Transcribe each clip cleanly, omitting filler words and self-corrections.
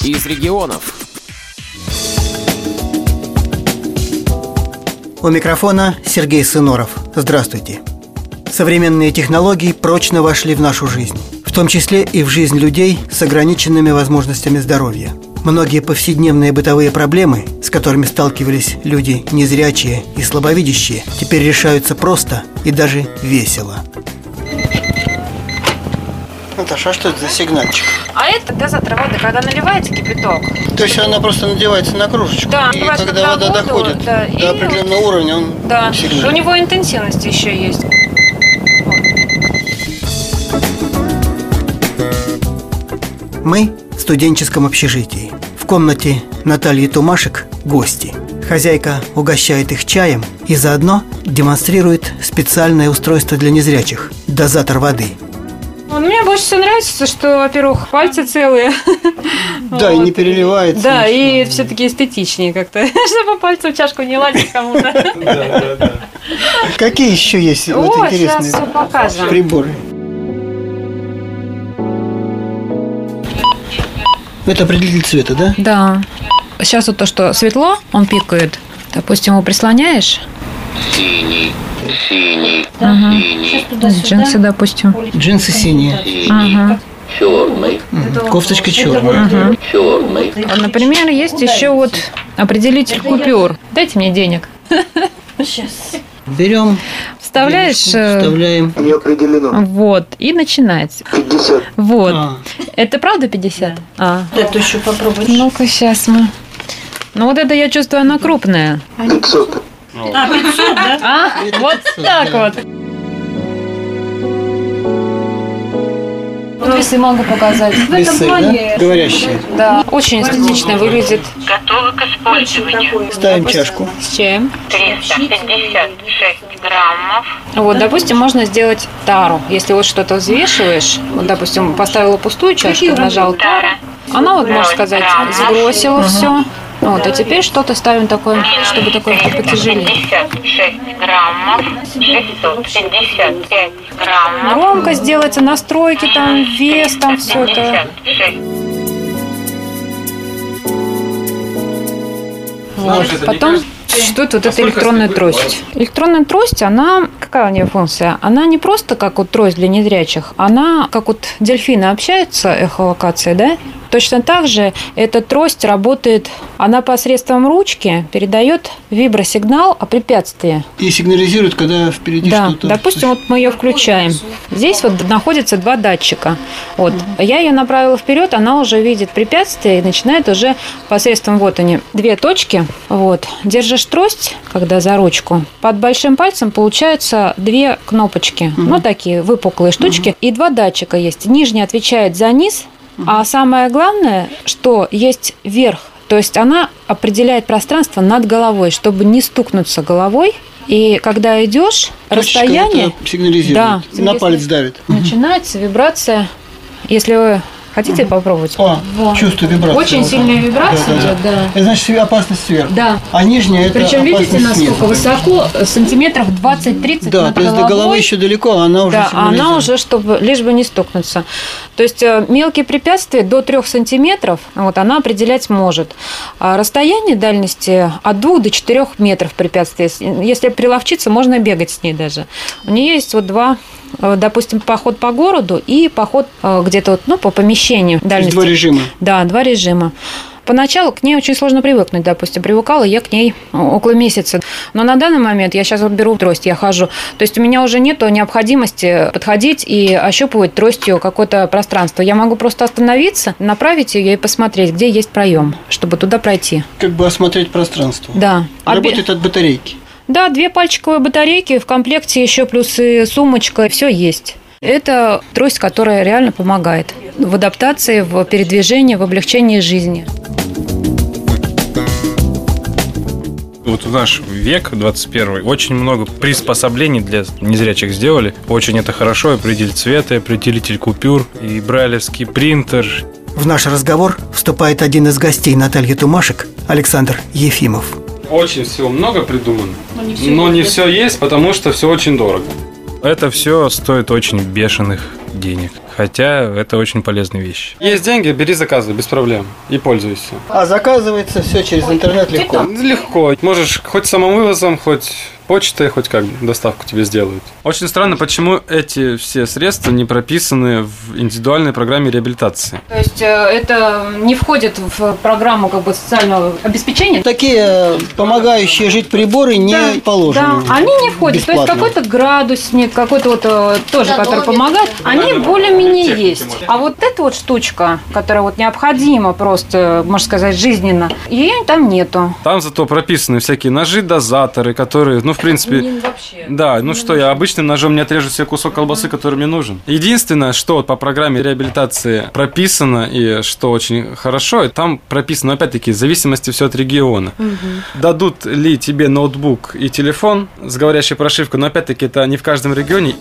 из регионов. У микрофона Сергей Сыноров. Здравствуйте. Современные технологии прочно вошли в нашу жизнь, в том числе и в жизнь людей с ограниченными возможностями здоровья. Многие повседневные бытовые проблемы, с которыми сталкивались люди незрячие и слабовидящие, теперь решаются просто и даже весело. Наташа, а что это за сигнальчик? А это дозатор воды, когда наливается кипяток. То есть она просто надевается на кружечку, да, и когда вода воду, доходит да, до определенного уровня, он сигналит. У него интенсивность еще есть. Мы в студенческом общежитии. В комнате Натальи Тумашек гости. Хозяйка угощает их чаем и заодно демонстрирует специальное устройство для незрячих – дозатор воды. Мне больше всего нравится, что, во-первых, пальцы целые. Да, и не переливается. Да, и все-таки эстетичнее как-то, чтобы пальцы в чашку не лазить кому-то. Какие еще есть интересные приборы? Это определитель цвета, да? Да. Сейчас вот то, что светло, он пикает. Допустим, его прислоняешь. Синий. Джинсы, допустим. Джинсы синие. Черный. Кофточка черная. Черный. Например, есть еще вот определитель купюр. Дайте мне денег. Сейчас. Берем. Вставляешь. Вставляем. Не определено. Вот. И начинается. 50. Вот. Это правда 50? Это еще попробовать. Ну-ка, сейчас мы. Ну, вот это я чувствую, она крупная. 500. 500, да? Вот так вот. Весы могу показать. Весы, да? Говорящие. Да, очень эстетично выглядит. Готовы к использованию. Ставим чашку. С чем? 356 граммов. Вот, допустим, можно сделать тару. Если вот что-то взвешиваешь, вот, допустим, поставила пустую чашку, нажал тару, она вот, можно сказать, сбросила все. Вот, а теперь что-то ставим такое, чтобы такое потяжелее. 56 граммов, 655 граммов. Громкость делается, настройки там, вес там, все это. 56. Вот. Потом существует вот эта электронная трость. Электронная трость, она, какая у нее функция? Она не просто как вот трость для незрячих, она как вот дельфины общаются, эхолокация, да? Точно так же эта трость работает, она посредством ручки передает вибросигнал о препятствии. И сигнализирует, когда впереди что-то. Да, допустим, вот мы ее включаем. Здесь вот находятся два датчика. Вот. Я ее направила вперед, она уже видит препятствие и начинает уже посредством, вот они, две точки. Вот. Держишь трость, когда за ручку, под большим пальцем получаются две кнопочки. Ну, такие выпуклые штучки. И два датчика есть. Нижний отвечает за низ, а самое главное, что есть верх, то есть она определяет пространство над головой, чтобы не стукнуться головой. И когда идешь, расстояние сигнализирует, да, на палец давит. Начинается вибрация. Если вы хотите попробовать? Чувствую вибрацию. Очень сильная вибрация идет, да. Это значит опасность сверху. Да. А нижняя это причем видите, насколько снизу. высоко, сантиметров 20-30 да, над то есть головой. до головы еще далеко, а она уже да, она уже, чтобы лишь бы не стукнуться. То есть мелкие препятствия до 3 сантиметров вот, она определять может. А расстояние дальности от 2 до 4 метров препятствия. Если приловчиться, можно бегать с ней даже. У нее есть вот два, допустим, поход по городу и поход где-то вот, по помещению. Дальности. Два режима. Да, два режима. Поначалу к ней очень сложно привыкнуть, допустим. Привыкала я к ней около месяца. Но на данный момент я сейчас вот беру трость, я хожу. То есть у меня уже нет необходимости подходить и ощупывать тростью какое-то пространство. Я могу просто остановиться, направить ее и посмотреть, где есть проем, чтобы туда пройти. Как бы осмотреть пространство. Да. Работает от батарейки. Да, 2 пальчиковые батарейки, в комплекте еще плюс и сумочка, все есть. Это трость, которая реально помогает в адаптации, в передвижении, в облегчении жизни. Вот в наш век, 21-й, очень много приспособлений для незрячих сделали. Очень это хорошо. Определитель цвета, определитель купюр и брайлевский принтер. В наш разговор вступает один из гостей Натальи Тумашек, Александр Ефимов. Очень всего много придумано, но не все есть, потому что все очень дорого. Это все стоит очень бешеных денег. Хотя это очень полезная вещь. Есть деньги, бери заказы, без проблем. И пользуйся. А заказывается все через интернет легко. Легко. Можешь хоть самовывозом, хоть почтой, хоть как доставку тебе сделают. Очень странно, почему эти все средства не прописаны в индивидуальной программе реабилитации. То есть это не входит в программу как бы социального обеспечения? Такие помогающие жить приборы не положены. Да, они не входят. Бесплатно. То есть какой-то градусник, какой-то вот тоже, который помогает, они более-менее есть. А вот эта вот штучка, которая вот необходима просто, можно сказать, жизненно, ее там нету. Там зато прописаны всякие ножи-дозаторы, которые, в принципе, да, что я обычным ножом не отрежу себе кусок колбасы, который мне нужен. Единственное, что вот по программе реабилитации прописано и что очень хорошо, там прописано, опять-таки, в зависимости все от региона. Дадут ли тебе ноутбук и телефон с говорящей прошивкой, но опять-таки это не в каждом регионе.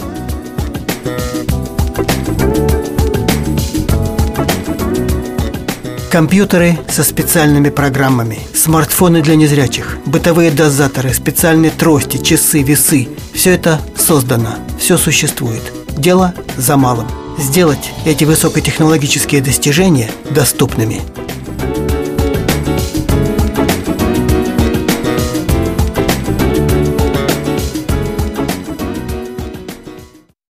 Компьютеры со специальными программами, смартфоны для незрячих, бытовые дозаторы, специальные трости, часы, весы – все это создано, все существует. Дело за малым – сделать эти высокотехнологические достижения доступными.